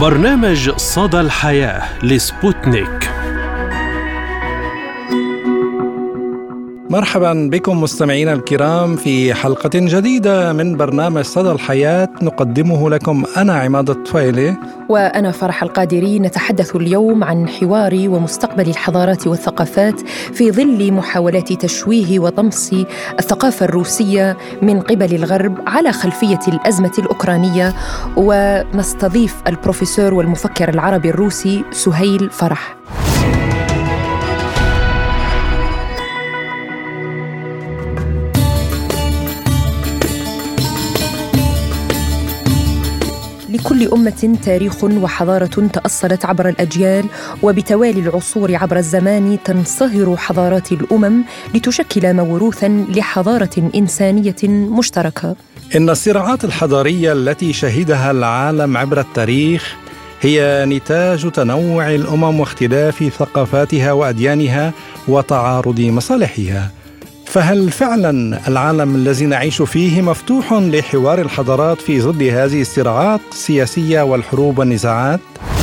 برنامج صدى الحياة لسبوتنيك. مرحبا بكم مستمعينا الكرام في حلقة جديدة من برنامج صدى الحياة، نقدمه لكم أنا عماد الطفيلي وأنا فرح القادري. نتحدث اليوم عن حوار ومستقبل الحضارات والثقافات في ظل محاولات تشويه وطمس الثقافة الروسية من قبل الغرب على خلفية الأزمة الأوكرانية، ونستضيف البروفيسور والمفكر العربي الروسي سهيل فرح. لكل أمة تاريخ وحضارة تأصلت عبر الأجيال، وبتوالي العصور عبر الزمان تنصهر حضارات الأمم لتشكل موروثاً لحضارة إنسانية مشتركة. إن الصراعات الحضارية التي شهدها العالم عبر التاريخ هي نتاج تنوع الأمم واختلاف ثقافاتها وأديانها وتعارض مصالحها. فهل فعلا العالم الذي نعيش فيه مفتوح لحوار الحضارات في ظل هذه الصراعات السياسية والحروب والنزاعات؟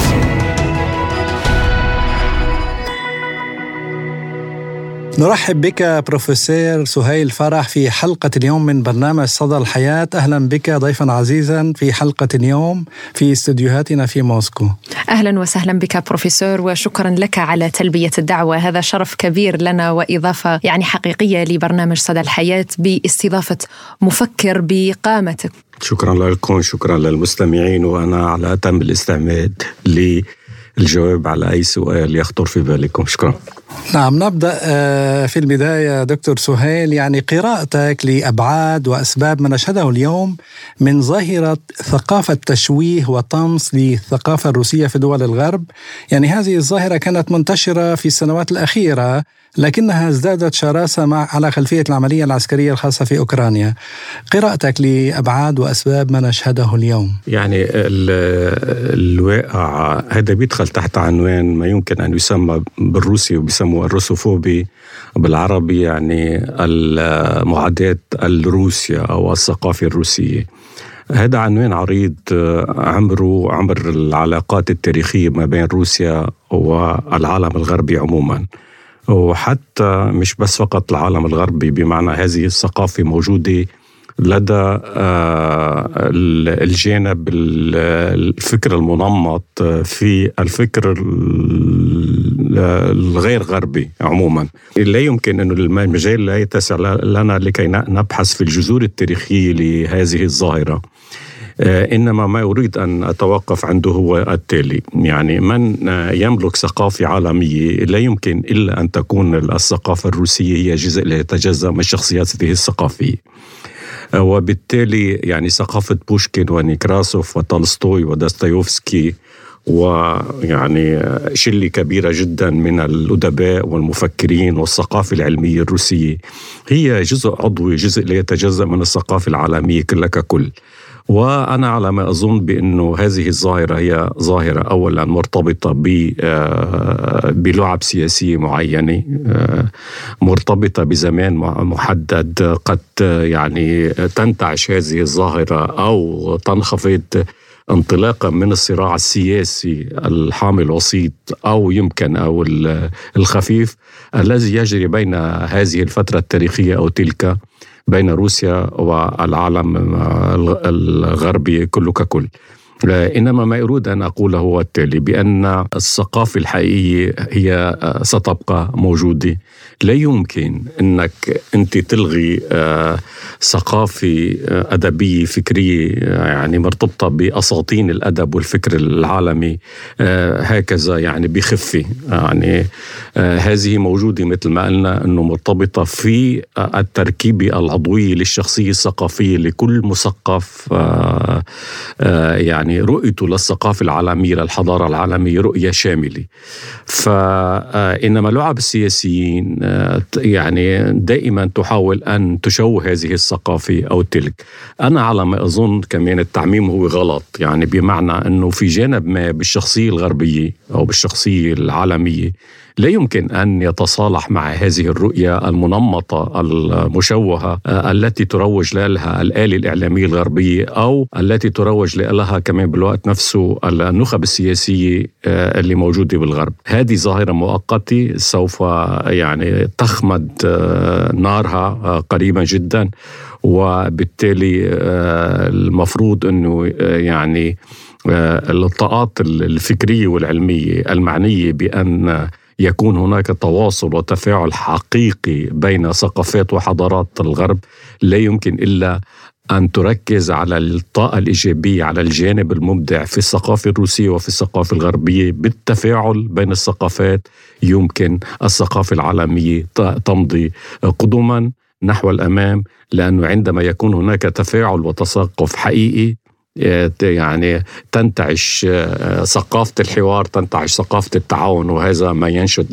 نرحب بك بروفيسور سهيل فرح في حلقة اليوم من برنامج صدى الحياة. أهلا بك ضيفا عزيزا في حلقة اليوم في استديوهاتنا في موسكو. أهلا وسهلا بك بروفيسور، وشكرا لك على تلبية الدعوة. هذا شرف كبير لنا وإضافة حقيقية لبرنامج صدى الحياة باستضافة مفكر بقامتك. شكرا لكم، شكرا للمستمعين، وأنا على أتم الاستعداد للجواب على أي سؤال يخطر في بالكم. شكرا. نعم، نبدأ في البداية دكتور سهيل، قراءتك لأبعاد وأسباب ما نشهده اليوم من ظاهرة ثقافة تشويه وطمس للثقافة الروسية في دول الغرب. هذه الظاهرة كانت منتشرة في السنوات الأخيرة، لكنها ازدادت شراسة على خلفية العملية العسكرية الخاصة في أوكرانيا. قراءتك لأبعاد وأسباب ما نشهده اليوم. الواقع هذا بيدخل تحت عنوان ما يمكن أن يسمى بالروسي وبيسموه الروسوفوبي بالعربي، المعاداة الروسية أو الثقافة الروسية. هذا عنوان عريض عبر العلاقات التاريخية ما بين روسيا والعالم الغربي عموما، وحتى مش بس فقط العالم الغربي، بمعنى هذه الثقافة موجودة لدى الجانب الفكر المنمط في الفكر الغير غربي عموما. لا يمكن أن المجال لا يتسع لنا لكي نبحث في الجذور التاريخية لهذه الظاهرة، إنما ما أريد أن أتوقف عنده هو التالي. من يملك ثقافة عالمية لا يمكن إلا أن تكون الثقافة الروسية هي جزء لا يتجزأ من شخصياته الثقافية، وبالتالي ثقافة بوشكين ونيكراسوف وتولستوي وداستويفسكي شلة كبيرة جدا من الأدباء والمفكرين والثقافة العلمية الروسية هي جزء عضوي، جزء لا يتجزأ من الثقافة العالمية ككل. وأنا على ما أظن بأنه هذه الظاهرة هي ظاهرة أولا مرتبطة بلعب سياسية معينة، مرتبطة بزمان محدد، قد تنتعش هذه الظاهرة أو تنخفض انطلاقا من الصراع السياسي الحامل الوسيط أو الخفيف الذي يجري بين هذه الفترة التاريخية أو تلك بين روسيا والعالم الغربي ككل. إنما ما أريد أن أقوله هو التالي، بأن الثقافة الحقيقية هي ستبقى موجودة. لا يمكن أنك أنت تلغي ثقافة أدبية فكرية مرتبطة بأساطين الأدب والفكر العالمي هكذا بخفة. هذه موجودة مثل ما قلنا أنه مرتبطة في التركيبة العضوية للشخصية الثقافية لكل مثقف، رؤيته للثقافة العالمية للحضارة العالمية رؤية شاملة. فإنما لعب السياسيين دائما تحاول أن تشوه هذه الثقافة أو تلك. أنا على ما أظن كمان التعميم هو غلط، بمعنى أنه في جانب ما بالشخصية الغربية أو بالشخصية العالمية لا يمكن أن يتصالح مع هذه الرؤية المنمطة المشوهة التي تروج لها الآلة الإعلامية الغربية أو التي تروج لها كمان بالوقت نفسه النخب السياسية اللي موجودة بالغرب. هذه ظاهرة مؤقتة سوف يعني تخمد نارها قريبا جدا، وبالتالي المفروض أنه يعني الطاقات الفكرية والعلمية المعنية بأن يكون هناك تواصل وتفاعل حقيقي بين ثقافات وحضارات الغرب لا يمكن إلا أن تركز على الطاقة الإيجابية، على الجانب المبدع في الثقافة الروسية وفي الثقافة الغربية. بالتفاعل بين الثقافات يمكن الثقافة العالمية تمضي قدما نحو الأمام، لأنه عندما يكون هناك تفاعل وتثقف حقيقي يعني تنتعش ثقافة الحوار، تنتعش ثقافة التعاون، وهذا ما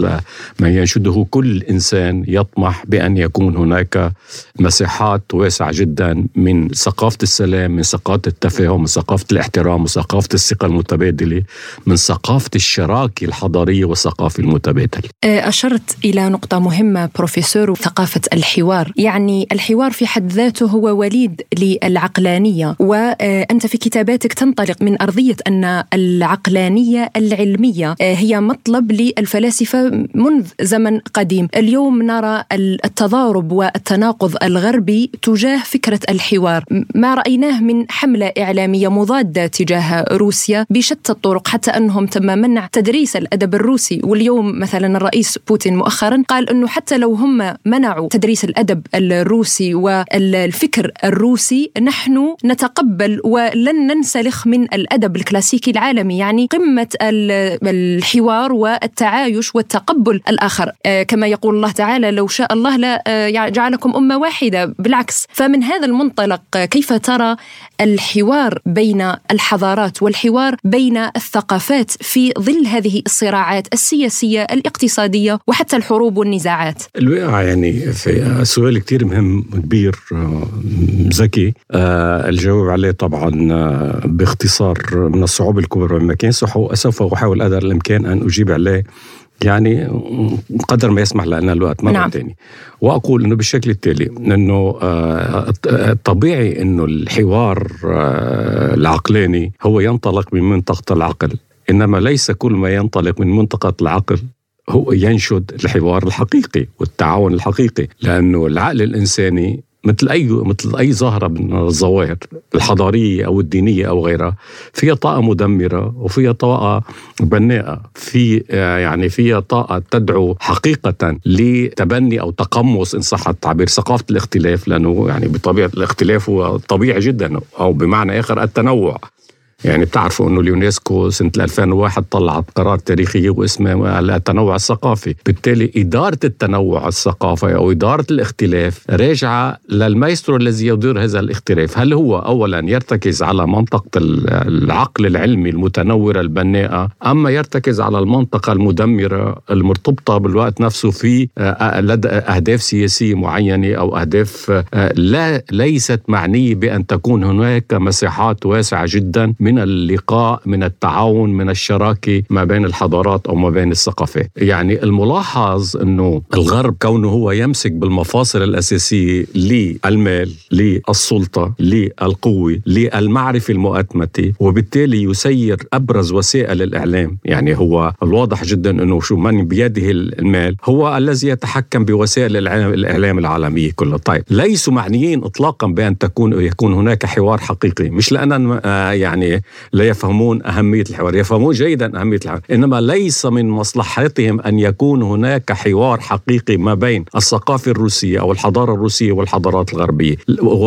ينشده كل إنسان يطمح بأن يكون هناك مساحات واسعة جدا من ثقافة السلام، من ثقافة التفاهم، من ثقافة الاحترام، من ثقافة الثقة المتبادلة، من ثقافة الشراكة الحضارية والثقافة المتبادلة. أشرت إلى نقطة مهمة بروفيسور، ثقافة الحوار. يعني الحوار في حد ذاته هو وليد للعقلانية، وأنت في كتاباتك تنطلق من أرضية أن العقلانية العلمية هي مطلب للفلاسفة منذ زمن قديم. اليوم نرى التضارب والتناقض الغربي تجاه فكرة الحوار، ما رأيناه من حملة إعلامية مضادة تجاه روسيا بشتى الطرق، حتى أنهم تم منع تدريس الأدب الروسي. واليوم مثلا الرئيس بوتين مؤخرا قال أنه حتى لو هم منعوا تدريس الأدب الروسي والفكر الروسي نحن نتقبل ولن ننسلخ من الأدب الكلاسيكي العالمي. يعني قمة الحوار والتعايش والتقبل الآخر، كما يقول الله تعالى لو شاء الله لا جعلكم أمة واحدة، بالعكس. فمن هذا المنطلق كيف ترى الحوار بين الحضارات والحوار بين الثقافات في ظل هذه الصراعات السياسية الاقتصادية وحتى الحروب والنزاعات؟ الواقع يعني في سؤال كتير مهم كبير ذكي، الجواب عليه طبعا باختصار من الصعوبة الكبرى بمكان، سوف أحاول قدر الإمكان أن أجيب عليه يعني قدر ما يسمح لنا الوقت مرة تاني. وأقول أنه بالشكل التالي، أنه طبيعي أنه الحوار العقلاني هو ينطلق من منطقة العقل، إنما ليس كل ما ينطلق من منطقة العقل هو ينشد الحوار الحقيقي والتعاون الحقيقي، لأنه العقل الإنساني مثل أي ظاهرة من الظواهر الحضارية أو الدينية أو غيرها، فيها طاقة مدمرة وفيها طاقة بناءة، فيها طاقة تدعو حقيقة لتبني أو تقمص إن صح التعبير ثقافة الاختلاف، لأنه يعني بطبيعة الاختلاف هو طبيعي جدا، أو بمعنى آخر التنوع. يعني بتعرفوا أنه اليونسكو سنة 2001 طلعت قرار تاريخي واسمه التنوع الثقافي. بالتالي إدارة التنوع الثقافي أو إدارة الاختلاف راجعة للمايسترو الذي يدير هذا الاختلاف. هل هو أولا يرتكز على منطقة العقل العلمي المتنورة البناءة، أما يرتكز على المنطقة المدمرة المرتبطة بالوقت نفسه في أهداف سياسية معينة أو أهداف ليست معنية بأن تكون هناك مساحات واسعة جدا من اللقاء، من التعاون، من الشراكة ما بين الحضارات أو ما بين الثقافات. يعني الملاحظ أنه الغرب كونه هو يمسك بالمفاصل الأساسية للمال، للسلطة، للقوة، للمعرفة المؤتمتة، وبالتالي يسير أبرز وسائل الإعلام. يعني هو الواضح جدا أنه من بيده المال هو الذي يتحكم بوسائل الإعلام العالمية كلها. طيب ليسوا معنيين إطلاقا بأن يكون هناك حوار حقيقي، مش لأن يعني لا يفهمون أهمية الحوار، يفهمون جيدا أهمية الحوار، إنما ليس من مصلحتهم أن يكون هناك حوار حقيقي ما بين الثقافة الروسية أو الحضارة الروسية والحضارات الغربية،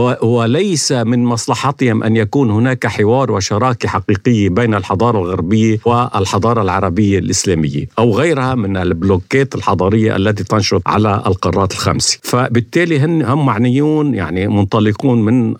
وليس من مصلحتهم أن يكون هناك حوار وشراكة حقيقية بين الحضارة الغربية والحضارة العربية الإسلامية أو غيرها من البلوكات الحضارية التي تنشط على القارات الخمس. فبالتالي هم معنيون، يعني منطلقون من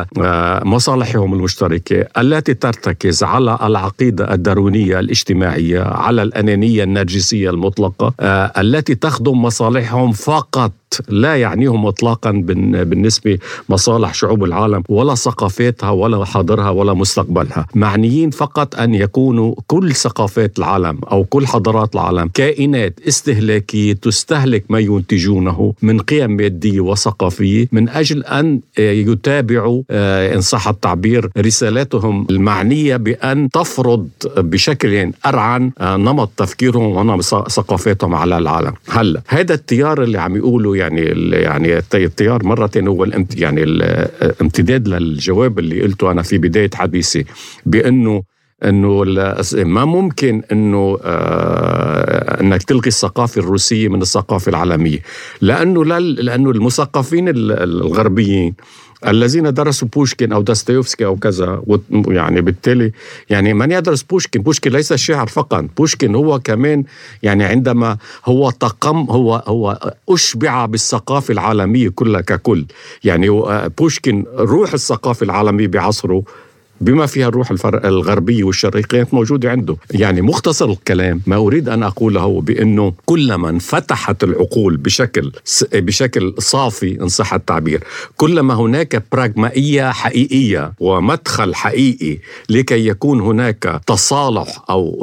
مصالحهم المشتركة التي ترتكز على العقيدة الداروينية الاجتماعية، على الأنانية النرجسية المطلقة التي تخدم مصالحهم فقط لا يعنيهم إطلاقا بالنسبة مصالح شعوب العالم ولا ثقافتها ولا حاضرها ولا مستقبلها. معنيين فقط أن يكونوا كل ثقافات العالم أو كل حضارات العالم كائنات استهلاكية تستهلك ما ينتجونه من قيم مادية وثقافية من أجل أن يتابعوا إن صح التعبير رسالاتهم المعنية بأن تفرض بشكل أرعن نمط تفكيرهم ونمط ثقافتهم على العالم. هلا هذا التيار اللي عم يقولوا يعني التيار مرتين هو يعني الامتداد للجواب اللي قلته أنا في بداية حديثي بأنه ما ممكن انك تلغي الثقافة الروسية من الثقافة العالمية، لأنه المثقفين الغربيين الذين درسوا بوشكين أو داستويفسكي أو كذا، يعني بالتالي يعني من يدرس بوشكين ليس الشاعر فقط، بوشكين هو كمان يعني عندما هو هو أشبع بالثقافة العالمية كلها ككل. يعني بوشكين روح الثقافة العالمية بعصره بما فيها الروح الغربية والشرقية كانت موجودة عنده. يعني مختصر الكلام ما أريد أن أقوله بأنه كلما انفتحت العقول بشكل صافي إن صح التعبير، كلما هناك براغمائية حقيقية ومدخل حقيقي لكي يكون هناك تصالح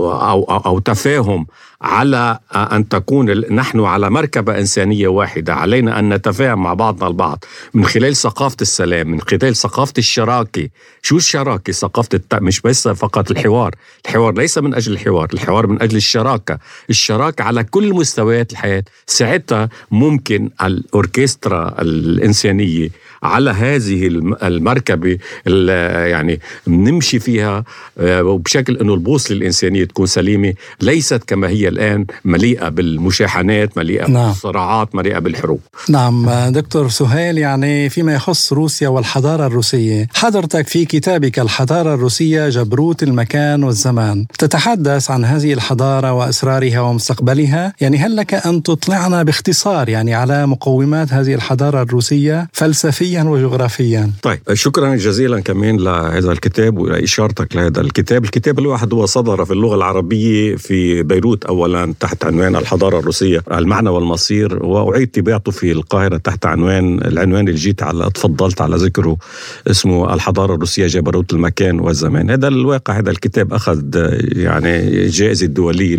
أو تفاهم على أن تكون نحن على مركبة إنسانية واحدة، علينا أن نتفاهم مع بعضنا البعض من خلال ثقافة السلام، من خلال ثقافة الشراكة. شو الشراكة؟ ثقافة مش بس فقط الحوار ليس من أجل الحوار من أجل الشراكة على كل مستويات الحياة. ساعتها ممكن الأوركسترا الإنسانية على هذه المركبة يعني نمشي فيها وبشكل أنه البوصلة الإنسانية تكون سليمة، ليست كما هي الآن مليئة بالمشاحنات، مليئة بالصراعات، مليئة بالحروب. نعم دكتور سهيل، يعني فيما يخص روسيا والحضارة الروسية، حضرتك في كتابك الحضارة الروسية جبروت المكان والزمان تتحدث عن هذه الحضارة وأسرارها ومستقبلها. يعني هل لك أن تطلعنا باختصار يعني على مقومات هذه الحضارة الروسية فلسفيا وجغرافيا؟ طيب شكرا جزيلا كمان لهذا الكتاب ولإشارتك لهذا الكتاب الواحد هو صدر في اللغة العربية في بيروت أولا تحت عنوان الحضارة الروسية المعنى والمصير، وأعيد طباعته في القاهرة تحت العنوان اللي جيت تفضلت على ذكره اسمه الحضارة الروسية جبروت المكان والزمان. هذا الواقع هذا الكتاب أخذ يعني جائزة دولية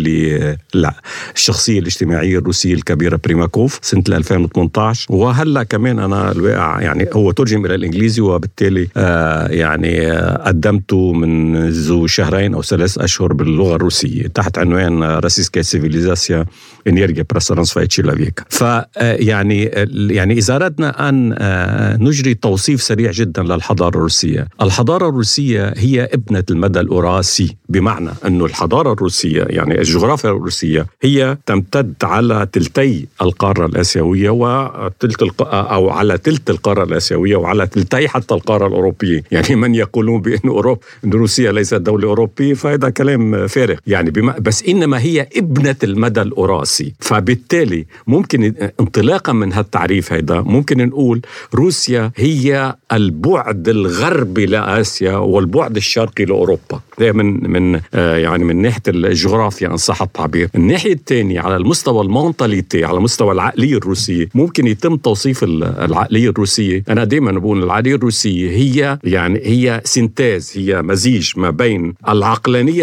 للشخصية الاجتماعية الروسية الكبيرة بريماكوف سنة 2018. وهلا كمان أنا الواقع يعني هو ترجم إلى الإنجليزي، وبالتالي يعني قدمته منذ شهرين أو 3 أشهر باللغة الروسية تحت عنوان راسيسكا سيفيليزاسيا إنيرجيا براسرانسفا تشيلافيكا. فيعني إذا أردنا أن نجري توصيف سريع جدا للحضارة الروسية، الحضارة الروسية هي ابنة المدى الأوراسي، بمعنى أنه الحضارة الروسية يعني الجغرافيا الروسية هي تمتد على تلتي القارة الآسيوية أو على تلت القارة الآسيوية وعلى تلتي حتى القارة الأوروبية. يعني من يقولون بأن روسيا ليست دولة أوروبية فهذا كلام فارغ يعني بس إنما هي ابنة المدى الأوراسي. فبالتالي ممكن انطلاقا من هالتعريف هذا ممكن نقول روسيا هي البعد الغربي لآسيا والبعد الشرقي لأوروبا من ناحية الجغرافيا إن صح التعبير. الناحية الثانية على المستوى المونتاليتي، على مستوى العقلية الروسية، ممكن يتم توصيف العقلية الروسية. أنا دائما بقول العقلية الروسية هي سينتاز، هي مزيج ما بين العقلانية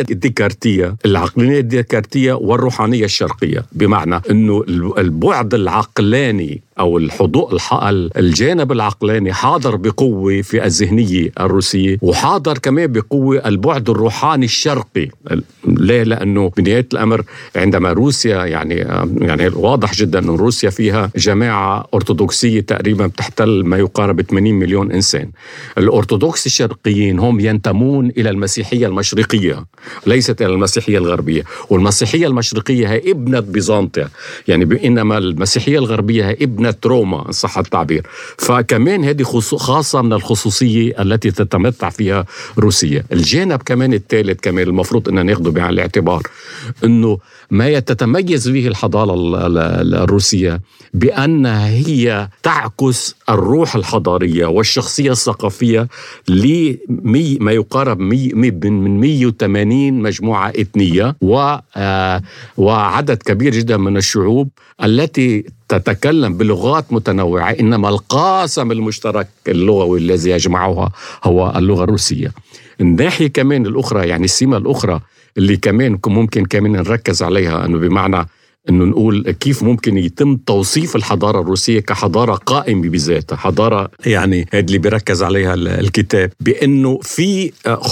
الديكارتية والروحانية الشرقية، بمعنى أنه البعد العقلاني أو الجانب العقلاني حاضر بقوة في الذهنية الروسية، وحاضر كمان بقوة البعد الروحاني الشرقي. ليه؟ لأنه بنهاية الأمر عندما روسيا يعني واضح جدا أن روسيا فيها جماعة أرثوذكسية تقريبا تحتل ما يقارب 80 مليون إنسان. الأرثوذكس الشرقيين هم ينتمون إلى المسيحية المشرقية ليست إلى المسيحية الغربية، والمسيحية المشرقية هي ابنة بيزنطة، يعني بينما المسيحية الغربية هي ابنة روما إن صح التعبير. فكمان هذه خاصة من الخصوصية التي تتمتع فيها روسيا. الجانب كمان الثالث كمان المفروض أن ناخده بعين الاعتبار أنه ما تتميز به الحضارة الروسية بأنها هي تعكس الروح الحضارية والشخصية الثقافية لما يقارب من 180 مجموعة إثنية وعدد كبير جدا من الشعوب التي تتكلم بلغات متنوعة، إنما القاسم المشترك اللغوي الذي يجمعها هو اللغة الروسية. الناحية كمان الأخرى، يعني السمة الأخرى اللي كمان ممكن كمان نركز عليها، أنه بمعنى أنه نقول كيف ممكن يتم توصيف الحضارة الروسية كحضارة قائمة بذاتها، حضارة يعني هذا اللي بيركز عليها الكتاب، بأنه في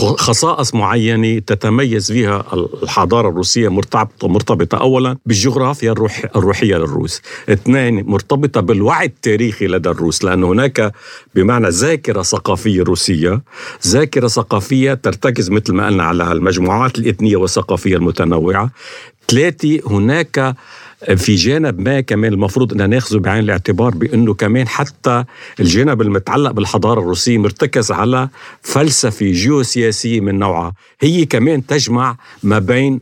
خصائص معينة تتميز فيها الحضارة الروسية، مرتبطة أولا بالجغرافيا الروحية للروس، اثنين مرتبطة بالوعي التاريخي لدى الروس، لأن هناك بمعنى ذاكرة ثقافية روسية، ذاكرة ثقافية ترتكز مثل ما قلنا على المجموعات الإثنية والثقافية المتنوعة. ثلاثة، هناك في جانب ما كمان المفروض أن ناخذه بعين الاعتبار، بأنه كمان حتى الجانب المتعلق بالحضارة الروسية مرتكز على فلسفة جيوسياسية من نوعها، هي كمان تجمع ما بين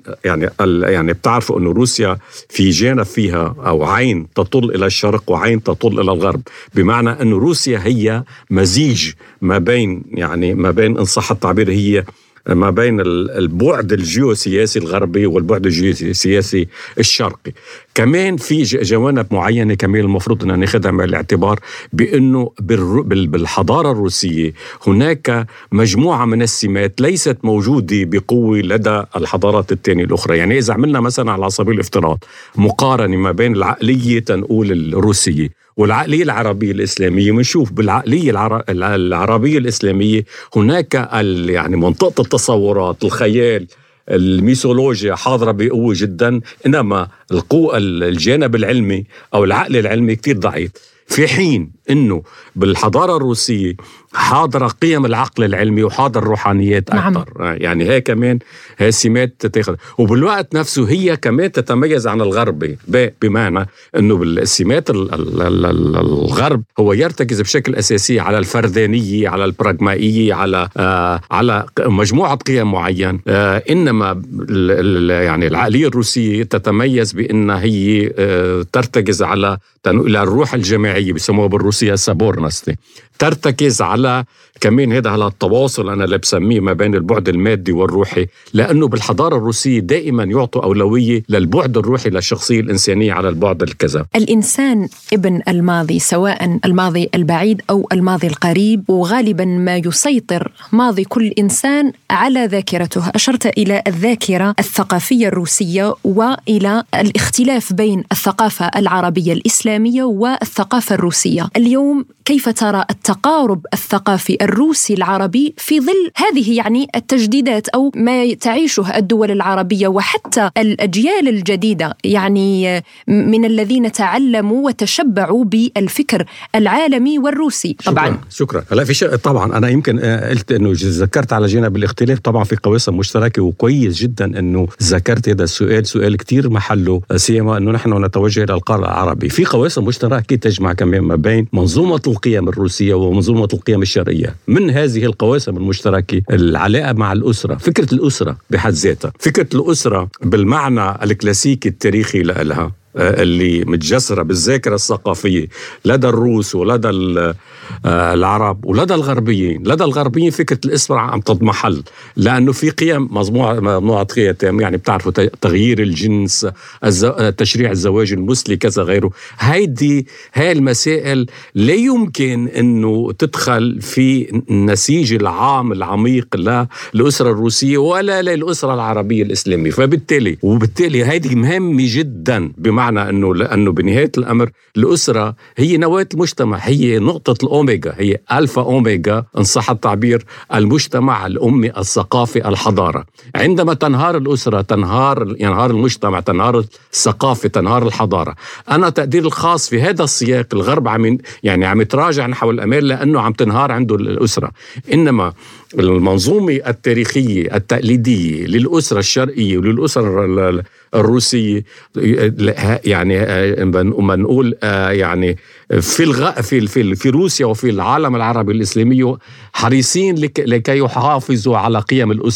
يعني بتعرفوا أنه روسيا في جانب فيها أو عين تطل إلى الشرق وعين تطل إلى الغرب، بمعنى أنه روسيا هي مزيج ما بين إن صح التعبير، هي ما بين البعد الجيوسياسي الغربي والبعد الجيوسياسي الشرقي. كمان في جوانب معينة كمان المفروض أن ناخذها مع الاعتبار، بأنه بالحضارة الروسية هناك مجموعة من السمات ليست موجودة بقوة لدى الحضارات الثانية الأخرى. يعني إذا عملنا مثلا على سبيل الافتراض مقارنة ما بين العقلية تنقول الروسية والعقلية العربية الإسلامية، منشوف بالعقلية العربية الإسلامية هناك يعني منطقة التصورات، الخيال، الميثولوجيا حاضرة بقوة جدا، إنما القوة الجانب العلمي أو العقل العلمي كتير ضعيف، في حين إنه بالحضارة الروسية حاضر قيم العقل العلمي وحاضر روحانيات أكثر. نعم. يعني هي كمان هي سمات تتاخذ، وبالوقت نفسه هي كمان تتميز عن الغربي، بمعنى أنه بالسمات الغرب هو يرتكز بشكل أساسي على الفردانية، على البراغمائية، على مجموعة قيم معين، إنما يعني العقلية الروسية تتميز بأنها هي ترتكز على الروح الجماعية، بيسموها بالروسية سابورنستي، ترتكز على كمان هذا على التواصل أنا اللي بسميه ما بين البعد المادي والروحي، لأنه بالحضارة الروسية دائما يعطوا أولوية للبعد الروحي للشخصية الإنسانية على البعد الكذا. الإنسان ابن الماضي، سواء الماضي البعيد أو الماضي القريب، وغالبا ما يسيطر ماضي كل إنسان على ذاكرته. أشرت إلى الذاكرة الثقافية الروسية وإلى الاختلاف بين الثقافة العربية الإسلامية والثقافة الروسية. اليوم كيف ترى التقارب الثقافي الروسي العربي في ظل هذه يعني التجديدات أو ما تعيشه الدول العربية وحتى الأجيال الجديدة، يعني من الذين تعلموا وتشبعوا بالفكر العالمي والروسي؟ طبعا شكرا. هلا في شيء طبعا أنا يمكن قلت إنه ذكرت على جانب الاختلاف، طبعا في قواسم مشتركة، وكويس جدا إنه ذكرت هذا السؤال، سؤال كتير محله، سيما إنه نحن نتوجه إلى القارة العربي. في قواسم مشتركة تجمع كمان ما بين منظومة القيم الروسية ومنظومة القيم الشرعية. من هذه القواسم المشتركة العلاقة مع الأسرة، فكرة الأسرة بحد ذاتها، فكرة الأسرة بالمعنى الكلاسيكي التاريخي لها اللي متجسرة بالذاكرة الثقافية لدى الروس ولدى العرب ولدى الغربيين. لدى الغربيين فكرة الأسرة عم تضمحل، لأنه في قيم مجموعة قيم، يعني بتعرفوا تغيير الجنس، تشريع الزواج المثلي، كذا غيره. هاي المسائل لا يمكن أنه تدخل في النسيج العام العميق للأسرة الروسية ولا للأسرة العربية الإسلامية. وبالتالي هذه مهمة جدا، بمعنى لأنه بنهاية الأمر الأسرة هي نواة المجتمع، هي نقطة الأوميغا، هي ألفا أوميغا إن صح التعبير، المجتمع الأمي الثقافي الحضارة. عندما تنهار الأسرة ينهار المجتمع، تنهار الثقافة، تنهار الحضارة. أنا تقدير الخاص في هذا السياق الغرب عم يتراجع نحو الأمال لأنه عم تنهار عنده الأسرة، إنما المنظومة التاريخية التقليدية للأسرة الشرقية وللأسرة الروسية، يعني ما نقول يعني في روسيا وفي العالم العربي الإسلامي حريصين لكي يحافظوا على قيم الأسرة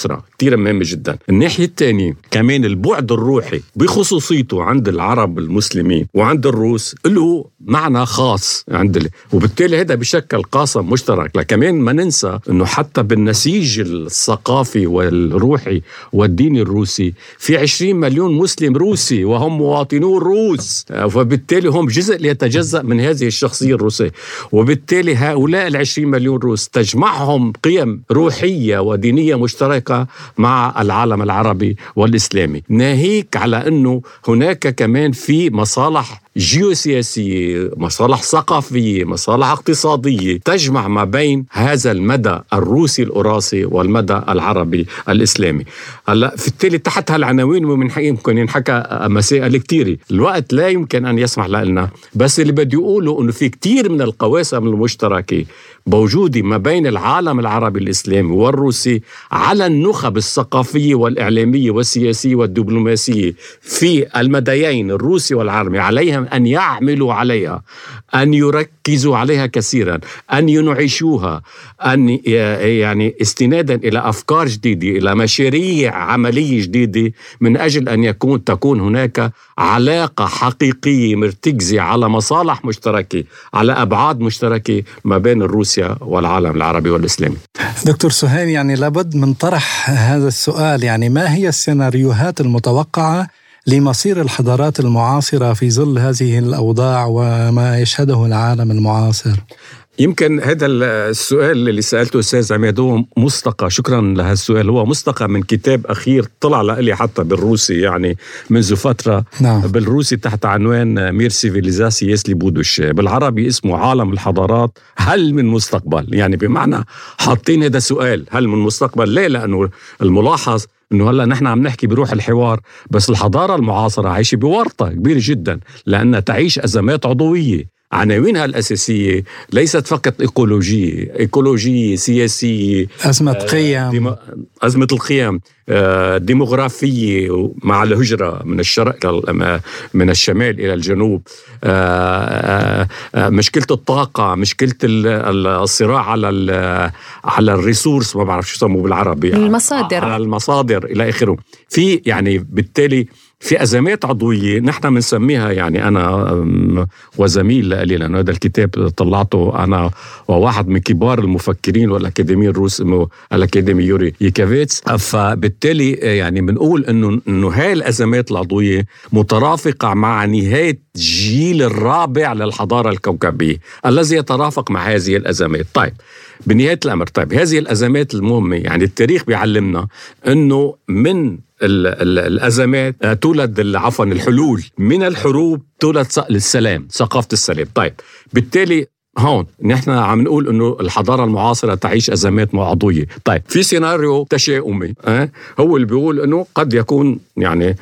كتير مهمة جدا. الناحية الثانية كمان البعد الروحي بخصوصيته عند العرب المسلمين وعند الروس له معنى خاص وبالتالي هذا بشكل قاسم مشترك. كمان ما ننسى أنه حتى بالنسيج الثقافي والروحي والديني الروسي في 20 مليون مسلم روسي وهم مواطنون روس، فبالتالي هم جزء ليتجزأ من هذه الشخصية الروسية، وبالتالي هؤلاء 20 مليون روس تجمعهم قيم روحية ودينية مشتركة مع العالم العربي والإسلامي، ناهيك على أنه هناك كمان في مصالح جيوسياسية، مصالح ثقافية، مصالح اقتصادية تجمع ما بين هذا المدى الروسي الأوراسي والمدى العربي الإسلامي. هلا في التالي تحت هالعناوين يمكن ينحكى مسائل كتيرة، الوقت لا يمكن أن يسمح لنا، بس اللي بدي أقوله أنه في كتير من القواسم المشتركة موجودة ما بين العالم العربي الإسلامي والروسي على النخب الثقافية والإعلامية والسياسية والدبلوماسية في المديين الروسي والعربي. عليهم أن يعملوا عليها، أن يركزوا عليها كثيرا، أن ينعشوها، أن يعني استنادا إلى أفكار جديدة، إلى مشاريع عملية جديدة، من أجل أن تكون هناك علاقة حقيقية مرتكزة على مصالح مشتركة، على أبعاد مشتركة ما بين روسيا والعالم العربي والإسلامي. دكتور سهيل، يعني لابد من طرح هذا السؤال، يعني ما هي السيناريوهات المتوقعة لمصير الحضارات المعاصرة في ظل هذه الأوضاع وما يشهده العالم المعاصر؟ يمكن هذا السؤال اللي سألته أستاذ عماد هو مستقى، شكرا لهالسؤال، هو مستقى من كتاب أخير طلع لي حتى بالروسي يعني منذ فترة. نعم. بالروسي تحت عنوان مير سيفيليزاسي يسلي بودوش، بالعربي اسمه عالم الحضارات هل من مستقبل، يعني بمعنى حاطين هذا سؤال هل من مستقبل. ليه؟ لأنه الملاحظ إنه هلا نحن عم نحكي بروح الحوار، بس الحضارة المعاصرة عايشة بورطة كبيرة جدا لأنها تعيش أزمات عضوية. عناوينها الأساسية ليست فقط إيكولوجية سياسية، أزمة قيم، أزمة القيم، ديموغرافية مع الهجرة من الشرق من الشمال إلى الجنوب، مشكلة الطاقة، مشكلة الصراع على الريسورس، ما بعرف شو يسموه بالعربي، المصادر، على المصادر إلى آخره. في يعني بالتالي في أزمات عضوية نحن بنسميها، يعني أنا وزميل لي لأنه هذا الكتاب طلعته أنا وواحد من كبار المفكرين والأكاديمي الروس الأكاديمي يوري ييكافيتس، فبالتالي يعني بنقول إنه هاي الأزمات العضوية مترافقة مع نهاية الجيل الرابع للحضارة الكوكبية الذي يترافق مع هذه الأزمات. طيب بنهاية الأمر، طيب هذه الأزمات المهمة، يعني التاريخ بيعلمنا إنه من الأزمات تولد الحلول، من الحروب تولد السلام، ثقافة السلام. طيب بالتالي هون نحن عم نقول إنه الحضارة المعاصرة تعيش أزمات عضوية. طيب في سيناريو تشاؤمي هو اللي بيقول إنه قد يكون يعني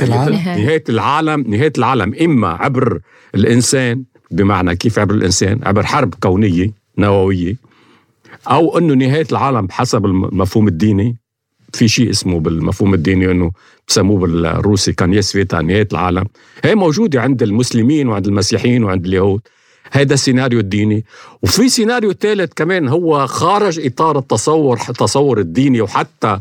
نهاية العالم إما عبر الإنسان، بمعنى كيف عبر الإنسان؟ عبر حرب كونية نووية، أو إنه نهاية العالم بحسب المفهوم الديني. في شيء اسمه بالمفهوم الديني إنه بسموه بالروسي كانيس فيتا، نهاية العالم، هي موجودة عند المسلمين وعند المسيحيين وعند اليهود. هذا السيناريو الديني. وفي سيناريو ثالث كمان هو خارج إطار التصور الديني، وحتى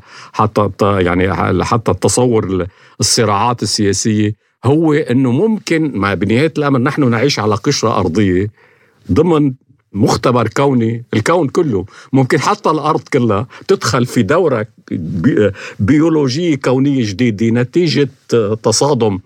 حتى التصور الصراعات السياسية، هو إنه ممكن ما بنهاية الأمر نحن نعيش على قشرة أرضية ضمن مختبر كوني، الكون كله ممكن حتى الأرض كلها تدخل في دورة بيولوجية كونية جديدة نتيجة تصادم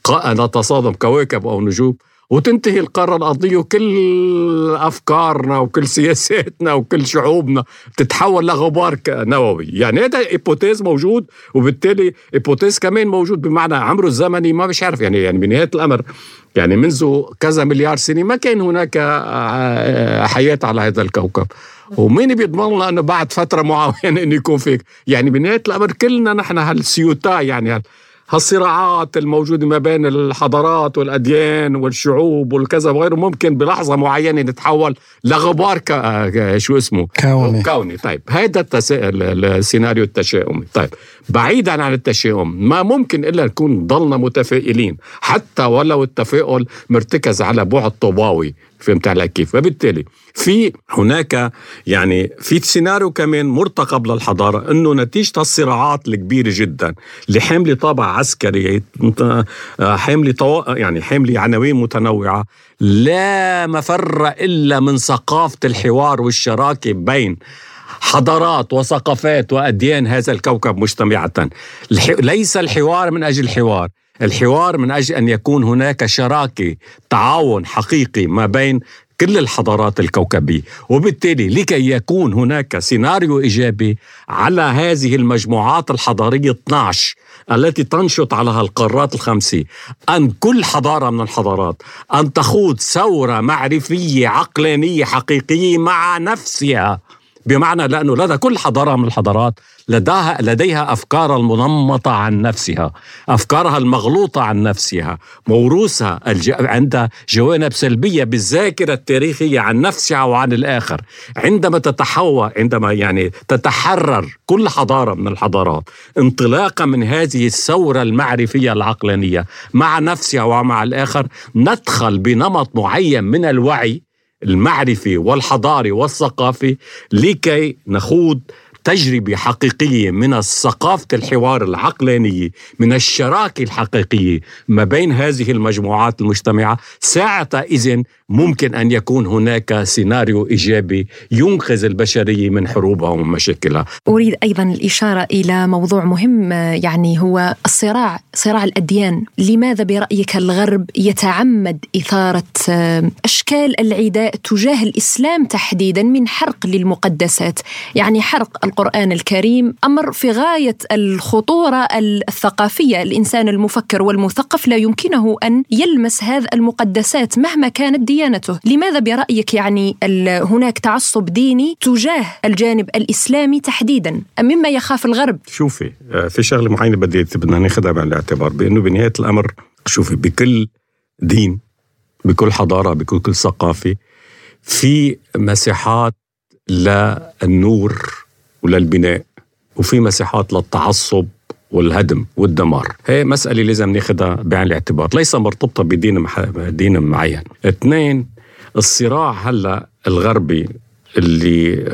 كواكب أو نجوم، وتنتهي القارة الأرضية وكل أفكارنا وكل سياساتنا وكل شعوبنا تتحول لغبار نووي. يعني هذا إيبوتيز موجود، وبالتالي إيبوتيز كمان موجود بمعنى عمره الزمني ما مش عارف، يعني بنهاية الأمر يعني منذ كذا مليار سنة ما كان هناك حياة على هذا الكوكب، ومين بيضمن لنا أنه بعد فترة معينة أنه يكون فيك. يعني بنهاية الأمر كلنا نحن هالسيوتا، يعني هالصراعات الموجودة ما بين الحضارات والأديان والشعوب والكذا وغيره ممكن بلحظة معينة نتحول لغبار شو اسمه كوني. طيب هذا السيناريو التشاؤمي. طيب بعيدا عن التشاؤم ما ممكن إلا نكون ضلنا متفائلين، حتى ولو التفاؤل مرتكز على بعد طوباوي فهمت علي كيف؟ وبالتالي في هناك يعني في سيناريو كمان مرتقب للحضارة، أنه نتيجة الصراعات الكبيرة جدا اللي حاملة طابع عسكري، حاملة عناوين متنوعة، لا مفر إلا من ثقافة الحوار والشراكة بين حضارات وثقافات وأديان هذا الكوكب مجتمعة. ليس الحوار من أجل الحوار، الحوار من أجل أن يكون هناك شراكة، تعاون حقيقي ما بين كل الحضارات الكوكبية. وبالتالي لكي يكون هناك سيناريو إيجابي على هذه المجموعات الحضارية 12 التي تنشط على القارات الخمسة، أن كل حضارة من الحضارات أن تخوض ثورة معرفية عقلانية حقيقية مع نفسها، بمعنى لأنه لدى كل حضارة من الحضارات لديها أفكار المنمطة عن نفسها، أفكارها المغلوطة عن نفسها، موروثها عندها جوانب سلبية بالذاكرة التاريخية عن نفسها وعن الآخر. عندما تتحرر كل حضارة من الحضارات انطلاقا من هذه الثورة المعرفية العقلانية مع نفسها ومع الآخر، ندخل بنمط معين من الوعي المعرفي والحضاري والثقافي لكي نخوض تجربة حقيقية من ثقافة الحوار العقلانية، من الشراكة الحقيقية ما بين هذه المجموعات المجتمعة. ساعتها إذن ممكن أن يكون هناك سيناريو إيجابي ينقذ البشرية من حروبها ومشاكلها. أريد أيضا الإشارة إلى موضوع مهم، يعني هو صراع الأديان. لماذا برأيك الغرب يتعمد إثارة أشكال العداء تجاه الإسلام تحديدا، من حرق للمقدسات؟ يعني حرق القرآن الكريم أمر في غاية الخطورة الثقافية. الإنسان المفكر والمثقف لا يمكنه أن يلمس هذه المقدسات مهما كانت ديانته. لماذا برأيك يعني هناك تعصب ديني تجاه الجانب الإسلامي تحديدا؟ مما يخاف الغرب. شوفي، في شغلة معينة بدنا ناخدها بعين الاعتبار، بأنه بنهاية الأمر شوفي، بكل دين، بكل حضارة، بكل ثقافة، في مساحات للنور وللبناء، وفي مساحات للتعصب والهدم والدمار. هي مسألة لازم ناخدها بعين الاعتبار، ليس مرتبطة بدين معين. 2، الصراع هلا الغربي اللي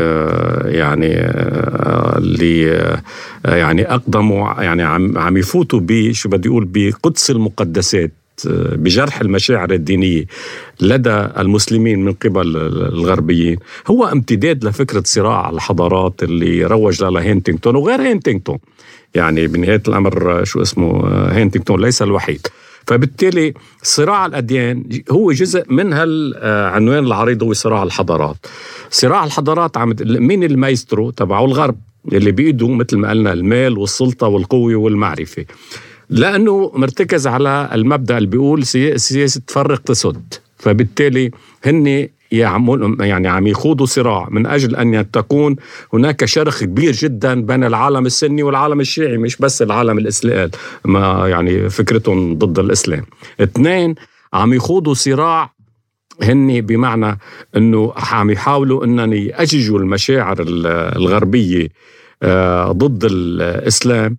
أقدموا، يعني عم يفوتوا شو بدي أقول بقدس المقدسات، بجرح المشاعر الدينية لدى المسلمين من قبل الغربيين، هو امتداد لفكرة صراع الحضارات اللي روج لها هانتينغتون وغير هانتينغتون. يعني بنهاية الأمر هانتينغتون ليس الوحيد. فبالتالي صراع الأديان هو جزء من هالعنوان العريض، هو صراع الحضارات. صراع الحضارات مين المايسترو تبعه؟ الغرب، اللي بيده مثل ما قلنا المال والسلطة والقوة والمعرفة، لأنه مرتكز على المبدأ اللي بيقول سياسة تفرق تسد. فبالتالي هن عم يخوضوا صراع من أجل أن تكون هناك شرخ كبير جدا بين العالم السني والعالم الشيعي، مش بس العالم الإسلام، ما يعني فكرتهم ضد الإسلام. 2، عم يخوضوا صراع هن بمعنى أنه عم يحاولوا أن يأججوا المشاعر الغربية ضد الإسلام.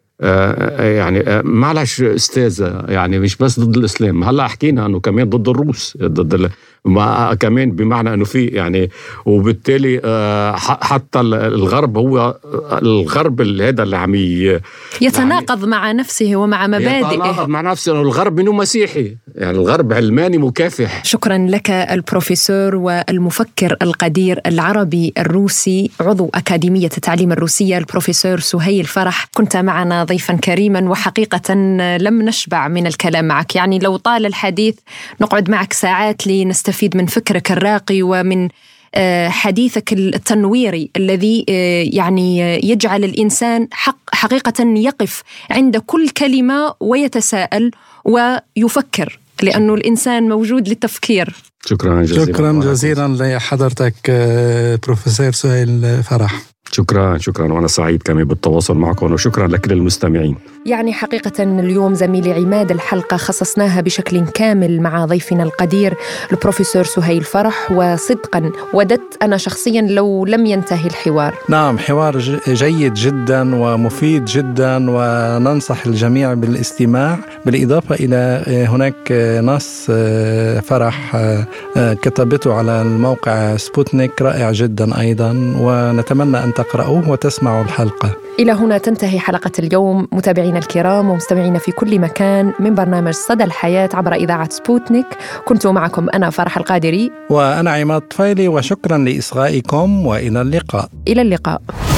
يعني معلش أستاذة، يعني مش بس ضد الإسلام، هلأ حكينا أنه كمان ضد الروس، كمان بمعنى أنه في يعني، وبالتالي حتى الغرب هو الغرب هذا اللي عم يتناقض يعني مع نفسه ومع مبادئه، يتناقض مع نفسه. الغرب منه مسيحي، يعني الغرب علماني مكافح. شكرا لك البروفيسور والمفكر القدير العربي الروسي، عضو أكاديمية التعليم الروسية، البروفيسور سهيل فرح. كنت معنا ضيفا كريما، وحقيقة لم نشبع من الكلام معك. يعني لو طال الحديث نقعد معك ساعات لنستفيد من فكرك الراقي ومن حديثك التنويري الذي يعني يجعل الإنسان حقيقة يقف عند كل كلمة ويتساءل ويفكر، لأنه الإنسان موجود للتفكير. شكرا جزيلا. شكرا جزيلا لحضرتك بروفيسور سهيل فرح. شكرا، وأنا سعيد كمان بالتواصل معكم، وشكرا لكل المستمعين. يعني حقيقة اليوم زميلي عماد الحلقة خصصناها بشكل كامل مع ضيفنا القدير البروفيسور سهيل فرح، وصدقا وددت أنا شخصيا لو لم ينتهي الحوار. نعم، حوار جيد جدا ومفيد جدا، وننصح الجميع بالاستماع. بالإضافة إلى هناك نص فرح كتبته على الموقع سبوتنيك رائع جدا أيضا، ونتمنى أن تقرأوه وتسمعوا الحلقة. إلى هنا تنتهي حلقة اليوم متابعينا الكرام ومستمعينا في كل مكان من برنامج صدى الحياة عبر إذاعة سبوتنيك. كنت معكم أنا فرح القادري وأنا عماد طفيلي، وشكرا لإصغائكم، وإلى اللقاء. إلى اللقاء.